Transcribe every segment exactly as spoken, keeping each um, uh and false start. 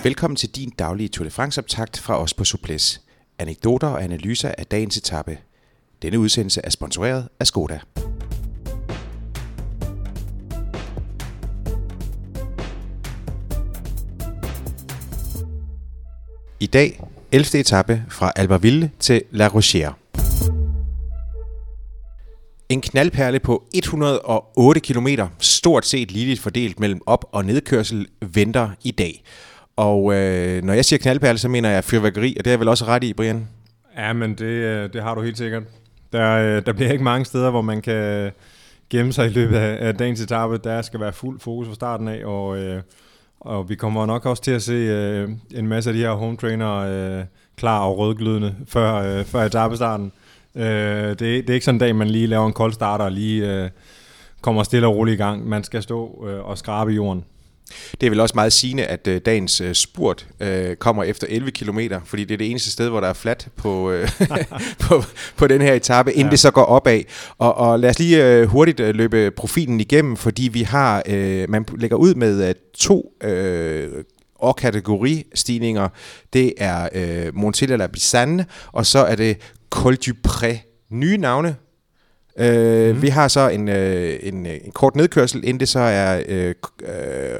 Velkommen til din daglige Tour de France-optakt fra os på Souplesse. Anekdoter og analyser af dagens etape. Denne udsendelse er sponsoreret af Skoda. I dag ellevte etape fra Albertville til La Rochère. En knaldperle på et hundrede og otte kilometer, stort set ligeligt fordelt mellem op- og nedkørsel, venter i dag. Og øh, når jeg siger knaldperle, så mener jeg fyrværkeri, og det er jeg vel også ret i, Brian? Ja, men det, det har du helt sikkert. Der, der bliver ikke mange steder, hvor man kan gemme sig i løbet af, af dagens etape. Der skal være fuld fokus fra starten af, og, øh, og vi kommer nok også til at se øh, en masse af de her home trainer øh, klar og rødglødende før, øh, før etapestarten. Øh, det, det er ikke sådan en dag, man lige laver en kold starter og lige øh, kommer stille og roligt i gang. Man skal stå øh, og skrabe i jorden. Det er vel også meget sigende, at øh, dagens øh, spurt øh, kommer efter elleve kilometer, fordi det er det eneste sted, hvor der er fladt på, øh, på, på den her etape, inden ja. det så går opad. Og, og lad os lige øh, hurtigt øh, løbe profilen igennem, fordi vi har, øh, man lægger ud med øh, to øh, årkategoristigninger. Det er øh, Montilla la Bisanne, og så er det Col du Pré. Nye navne. Uh, mm. Vi har så en, uh, en, en kort nedkørsel, inden det så er uh, uh,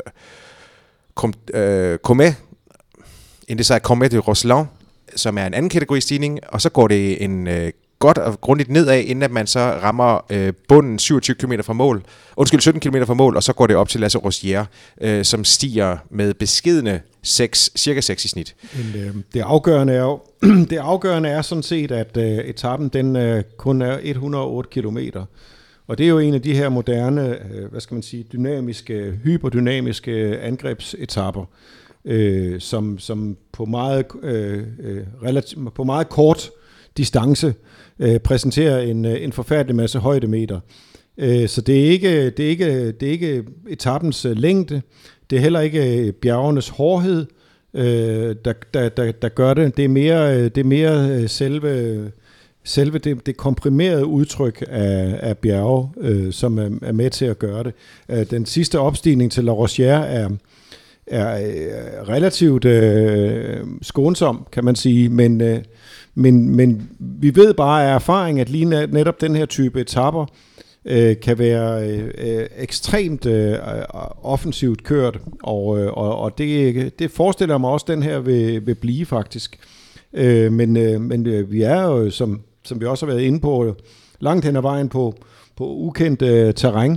com, uh, Comet, inden det så er Comet de Rosselin, som er en anden kategoristigning, og så går det en uh, godt og grundigt nedad, inden at man så rammer uh, bunden syvogtyve kilometer fra mål, undskyld sytten kilometer fra mål, og så går det op til La Rochère, uh, som stiger med beskedne seks, cirka seks i snit. Men, øh, det afgørende er jo, det afgørende er sådan set, at øh, etappen den øh, kun er et hundrede og otte kilometer. Og det er jo en af de her moderne, øh, hvad skal man sige, dynamiske, hyperdynamiske angrebsetapper, øh, som, som på meget, øh, relativ, på meget kort distance øh, præsenterer en, en forfærdelig masse højdemeter. Øh, så det er ikke, det er ikke, det er ikke etappens længde. Det er heller ikke bjergenes hårdhed, øh, der, der, der, der gør det. Det er mere, det er mere selve, selve det, det komprimerede udtryk af, af bjerge, øh, som er, er med til at gøre det. Øh, den sidste opstigning til La Rochère er, er øh, relativt øh, skånsom, kan man sige, men, øh, men, men vi ved bare af erfaring, at lige netop den her type etapper, kan være øh, ekstremt øh, offensivt kørt, og, øh, og, og det, det forestiller mig også, den her vil, vil blive faktisk. Øh, men øh, men øh, vi er jo, som, som vi også har været inde på, langt hen ad vejen på, på ukendt øh, terræn.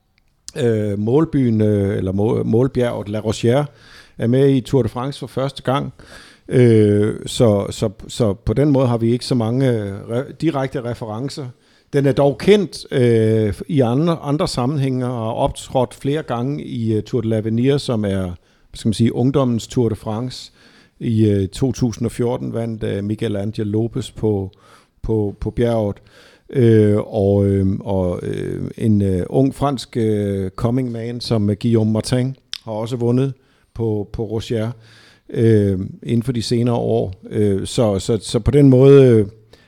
Øh, målbyen, øh, eller mål, målbjerget La Rochère, er med i Tour de France for første gang. Øh, så, så, så på den måde har vi ikke så mange re- direkte referencer. Den er dog kendt øh, i andre, andre sammenhænge og har optrådt flere gange i uh, Tour de l'Avenir, som er, skal man sige, ungdommens Tour de France. I uh, to tusind og fjorten vandt uh, Miguel Angel Lopez på, på, på bjerget. Øh, og øh, og øh, en øh, ung fransk øh, coming man, som Guillaume Martin, har også vundet på, på Rochère øh, inden for de senere år. Øh, så, så, så på den måde... Øh,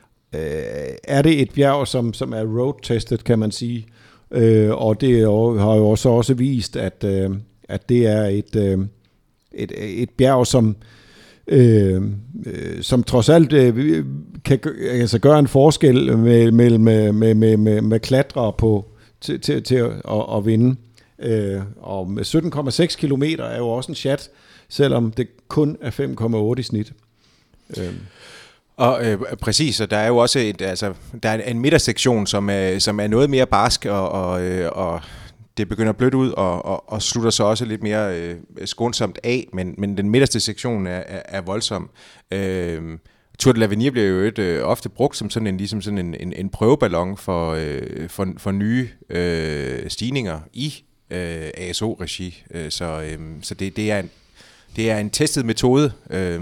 er det et bjerg, som, som er road-tested, kan man sige. Øh, og det jo, har jo også, også vist, at, øh, at det er et, øh, et, et bjerg, som, øh, som trods alt øh, kan altså gøre en forskel mellem med, med, med, med, med, med klatrere på, til, til, til at, at vinde. Øh, og med sytten komma seks kilometer er jo også en chat, selvom det kun er fem komma otte i snit. Øh. Og øh, præcis, og der er jo også et, altså, der er en midtersektion, som er, som er noget mere barsk, og, og, øh, og det begynder blødt ud, og, og, og slutter så også lidt mere øh, skånsomt af, men, men den midterste sektion er, er, er voldsom. Øh, Tour de l'Avenir bliver jo et, øh, ofte brugt som sådan en, ligesom sådan en, en, en prøveballon for, øh, for, for nye øh, stigninger i øh, A S O-regi, øh, så, øh, så det, det, er en, det er en testet metode øh,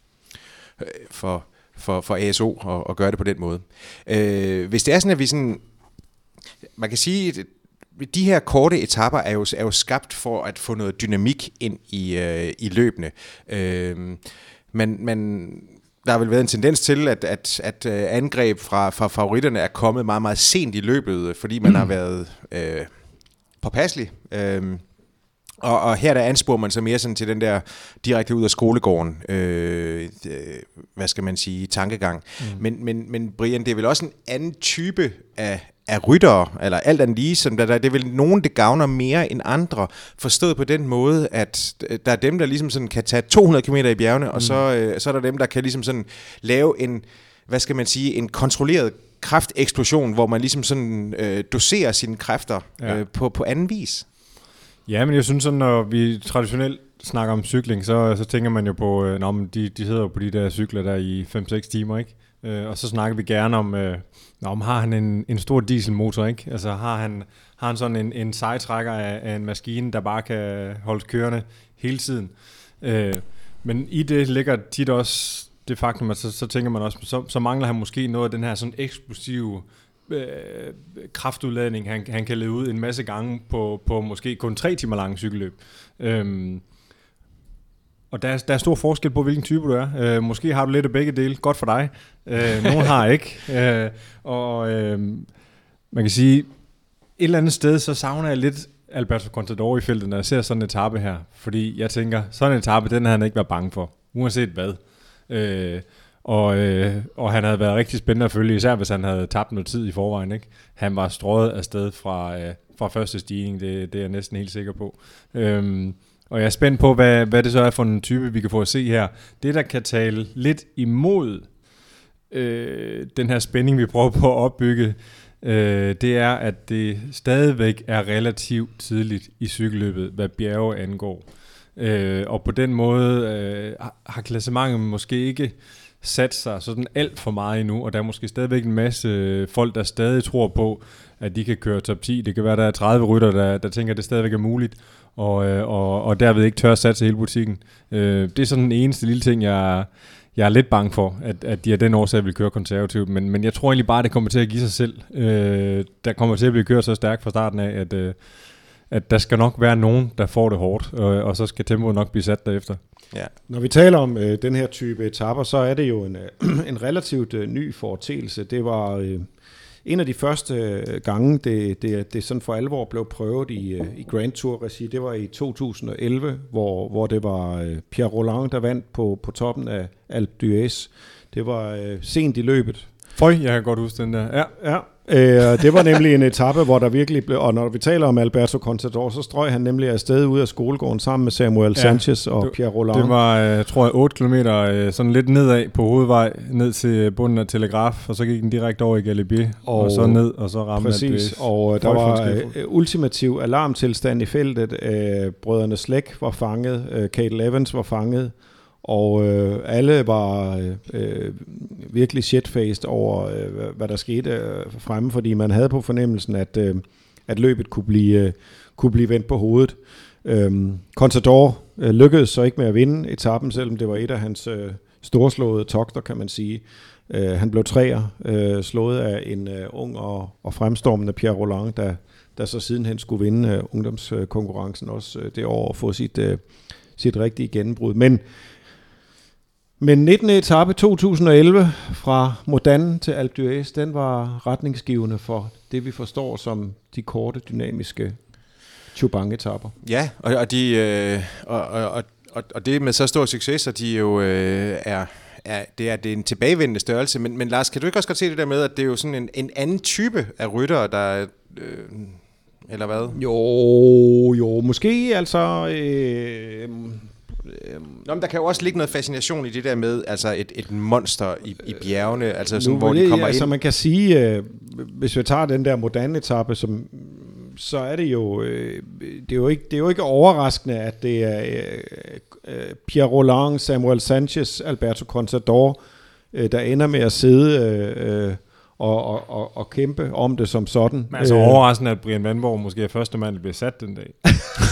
for for, for A S O og, og gøre det på den måde. Øh, hvis det er sådan, at vi sådan... Man kan sige, at de her korte etapper er jo, er jo skabt for at få noget dynamik ind i, øh, i løbene. Øh, men, men der har vel været en tendens til, at, at, at angreb fra, fra favoritterne er kommet meget, meget sent i løbet, fordi man har været øh, påpasselig. Øh, Og, og her der ansporer man så mere sådan til den der direkte ud af skolegården, øh, hvad skal man sige, tankegang. Mm. Men, men, men Brian, det er vel også en anden type af, af ryttere, eller alt andet lige, som der, der, det er vel nogen, det gavner mere end andre, forstået på den måde, at der er dem, der ligesom sådan kan tage to hundrede kilometer i bjergene, mm. og så, øh, så er der dem, der kan ligesom sådan lave en, hvad skal man sige, en kontrolleret kræfteksplosion, hvor man ligesom sådan øh, doserer sine kræfter ja. øh, på, på anden vis. Ja, men jeg synes sådan, når vi traditionelt snakker om cykling, så, så tænker man jo på, øh, nå, de, de sidder jo på de der cykler der i fem seks timer, ikke? Øh, og så snakker vi gerne om, øh, nå, om har han en, en stor dieselmotor, ikke? Altså har han, har han sådan en, en sejtrækker af, af en maskine, der bare kan holde kørende hele tiden. Øh, men i det ligger tit også det faktum, at så, så tænker man også, så, så mangler han måske noget af den her sådan eksplosive øh, kraftudladning, han, han kan lede ud en masse gange på, på måske kun tre timer lange cykelløb. Øhm, og der er, der er stor forskel på, hvilken type du er. Øh, måske har du lidt af begge dele. Godt for dig. Øh, nogen har ikke. Øh, og øh, man kan sige, et eller andet sted, så savner jeg lidt Alberto Contador i feltet, når jeg ser sådan en etape her. Fordi jeg tænker, sådan en etape, den har han ikke været bange for. Uanset hvad. Øh, og, øh, og han havde været rigtig spændende at følge, især hvis han havde tabt noget tid i forvejen, ikke? Han var strøget afsted fra, øh, fra første stigning, det, det er jeg næsten helt sikker på. Øhm, og jeg er spændt på, hvad, hvad det så er for en type, vi kan få at se her. Det, der kan tale lidt imod øh, den her spænding, vi prøver på at opbygge, øh, det er, at det stadigvæk er relativt tidligt i cykelløbet, hvad bjerge angår. Øh, og på den måde øh, har klassementet måske ikke sat sig sådan alt for meget endnu, og der er måske stadigvæk en masse folk, der stadig tror på, at de kan køre top ti. Det kan være, der er tredive rytter, der, der tænker, at det stadigvæk er muligt, og, og, og derved ikke tør at satse hele butikken. Øh, det er sådan den eneste lille ting, jeg, jeg er lidt bange for, at, at de af den årsag vil køre konservativt, men, men jeg tror egentlig bare, at det kommer til at give sig selv. Øh, der kommer til at blive kørt så stærkt fra starten af, at øh, at der skal nok være nogen, der får det hårdt, og, og så skal tempoet nok blive sat derefter. Ja. Når vi taler om øh, den her type etaper, så er det jo en, øh, en relativt øh, ny foretagelse. Det var øh, en af de første øh, gange, det, det, det sådan for alvor blev prøvet i, øh, i Grand Tour-regi. Det var i to tusind og elleve, hvor, hvor det var øh, Pierre Rolland, der vandt på, på toppen af Alpe d'Huez. Det var øh, sent i løbet. Føj, jeg kan godt huske den der. Ja, ja. Øh, det var nemlig en etape, hvor der virkelig blev, og når vi taler om Alberto Contador, så strøg han nemlig afsted ud af skolegården sammen med Samuel ja, Sanchez og det, Pierre Rolland. Det var, jeg tror jeg, otte kilometer sådan lidt nedad på hovedvej, ned til bunden af Telegraf, og så gik den direkte over i Galibier, og, og så ned, og så ramte præcis, Præcis, og der var uh, ultimativ alarmtilstand i feltet. Uh, brødrene Slæk var fanget, uh, Cadel Evans var fanget, og øh, alle var øh, virkelig shitfaced over, øh, hvad der skete øh, fremme, fordi man havde på fornemmelsen, at, øh, at løbet kunne blive, øh, kunne blive vendt på hovedet. Øhm, Contador øh, lykkedes så ikke med at vinde etappen, selvom det var et af hans øh, storslåede togter, kan man sige. Øh, han blev treer, øh, slået af en øh, ung og, og fremstormende Pierre Rolland, der, der så sidenhen skulle vinde øh, ungdomskonkurrencen også øh, det år og få sit, øh, sit rigtige gennembrud. Men Men nittende etape to tusind og elleve fra Modane til Alpe d'Huez, den var retningsgivende for det, vi forstår som de korte, dynamiske Chubank-etapper. Ja, og, og, de, øh, og, og, og, og det med så stor succes, at de jo øh, er, er, det er, det er en tilbagevendende størrelse. Men, men Lars, kan du ikke også godt se det der med, at det er jo sådan en, en anden type af ryttere, der øh, eller hvad? Jo, jo, måske altså... Øh, Nå, men der kan jo også ligge noget fascination i det der med altså et, et monster i, i bjergene, altså sådan, nu, hvor de kommer altså ind. Man kan sige, øh, hvis vi tager den der moderne etape, som, så er det jo, øh, det er jo ikke, det er jo ikke overraskende, at det er øh, Pierre Rolland, Samuel Sanchez, Alberto Contador, øh, der ender med at sidde øh, og, og, og, og kæmpe om det som sådan. Men altså overraskende, at Brian Vandborg måske er første mand, der bliver sat den dag.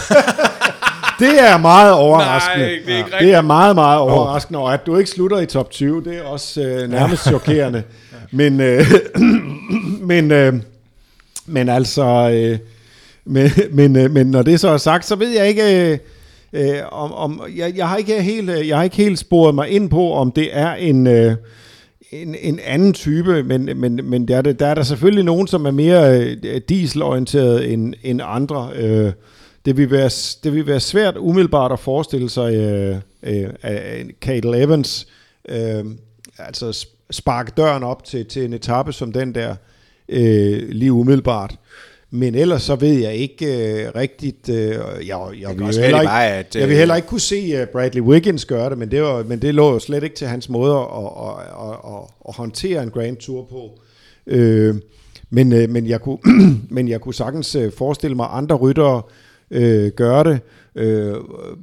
Det er meget overraskende. Nej, det, er ja. det er meget, meget overraskende, og at du ikke slutter i top tyve, det er også øh, nærmest chokerende. Men, øh, men, øh, men altså, øh, men, men, øh, men når det så er sagt, så ved jeg ikke, øh, om, om jeg, jeg har ikke helt, jeg har ikke helt sporet mig ind på, om det er en øh, en, en anden type, men, men, men der, er der er der selvfølgelig nogen, som er mere øh, dieselorienteret end, end andre. Øh, det, vil være, det vil være svært umiddelbart at forestille sig øh, øh, Cadel Evans øh, altså sparke døren op til, til en etape som den der øh, lige umiddelbart. Men ellers så ved jeg ikke øh, rigtigt, øh, jeg, jeg, vil heller ikke, at, øh, jeg vil heller ikke kunne se uh, Bradley Wiggins gøre det, men det, var, men det lå jo slet ikke til hans måde at, at, at, at, at håndtere en Grand Tour på. Øh, men, øh, men, jeg kunne, men jeg kunne sagtens forestille mig andre ryttere øh, gøre det, øh,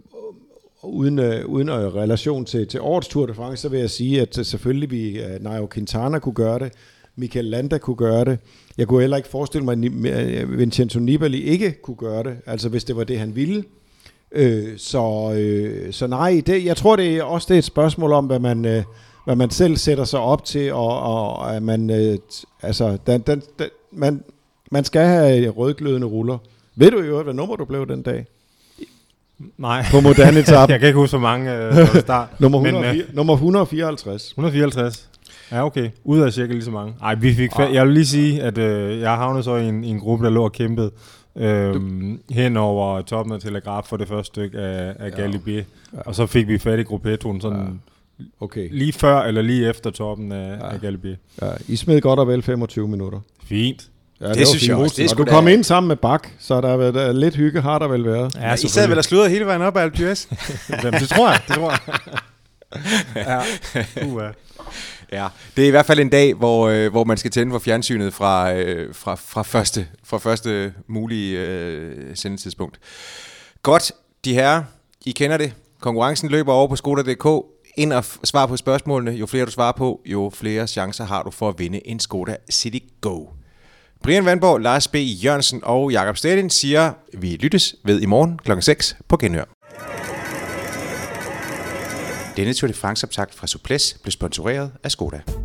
uden, øh, uden øh, relation til, til årets Tour de France, så vil jeg sige, at selvfølgelig vi, uh, Nairo Quintana kunne gøre det, Mikel Landa kunne gøre det. Jeg kunne heller ikke forestille mig, at Vincenzo Nibali ikke kunne gøre det, altså hvis det var det, han ville. Øh, så, øh, så nej, det, jeg tror det er også det er et spørgsmål om, hvad man, øh, hvad man selv sætter sig op til, og, og at man, øh, altså, den, den, den, man, man skal have rødglødende ruller. Ved du jo, hvad nummer du blev den dag? Nej. På moderne etape. Jeg kan ikke huske, hvor mange øh, start. nummer, hundrede og fire, Men, øh, nummer et hundrede og fireoghalvtreds. et hundrede og fireoghalvtreds. Ja, okay. Ud af cirka lige så mange. Ej, vi fik fa- jeg vil lige sige, at øh, jeg havnede så i en, i en gruppe, der lå og kæmpede øh, hen over toppen af Telegraf for det første stykke af, af ja. Galibier. Ja. Og så fik vi fat i gruppetoen sådan ja. Okay. Lige før eller lige efter toppen af, ja. af Galibier. Ja, I smed godt og vel femogtyve minutter. Fint. Ja, det, det synes fint. jeg også. Det og du kom da ind sammen med Bak, så der, der, der lidt hygge har der vel været. Ja, I sad vel og sludrede hele vejen op af Alpe d'Huez? Det tror jeg, det tror jeg. ja. Uh-huh. Ja, det er i hvert fald en dag, hvor, øh, hvor man skal tænde for fjernsynet fra, øh, fra, fra, første, fra første mulige øh, sendetidspunkt. Godt, de her, I kender det. Konkurrencen løber over på Skoda punktum d k. Ind og f- svar på spørgsmålene. Jo flere du svarer på, jo flere chancer har du for at vinde en Skoda City Go. Brian Vandborg, Lars B. Jørgensen og Jakob Stedin siger, vi lyttes ved i morgen klokken seks på Genhør. Denne Tour de France-optakt fra Souplesse blev sponsoreret af Skoda.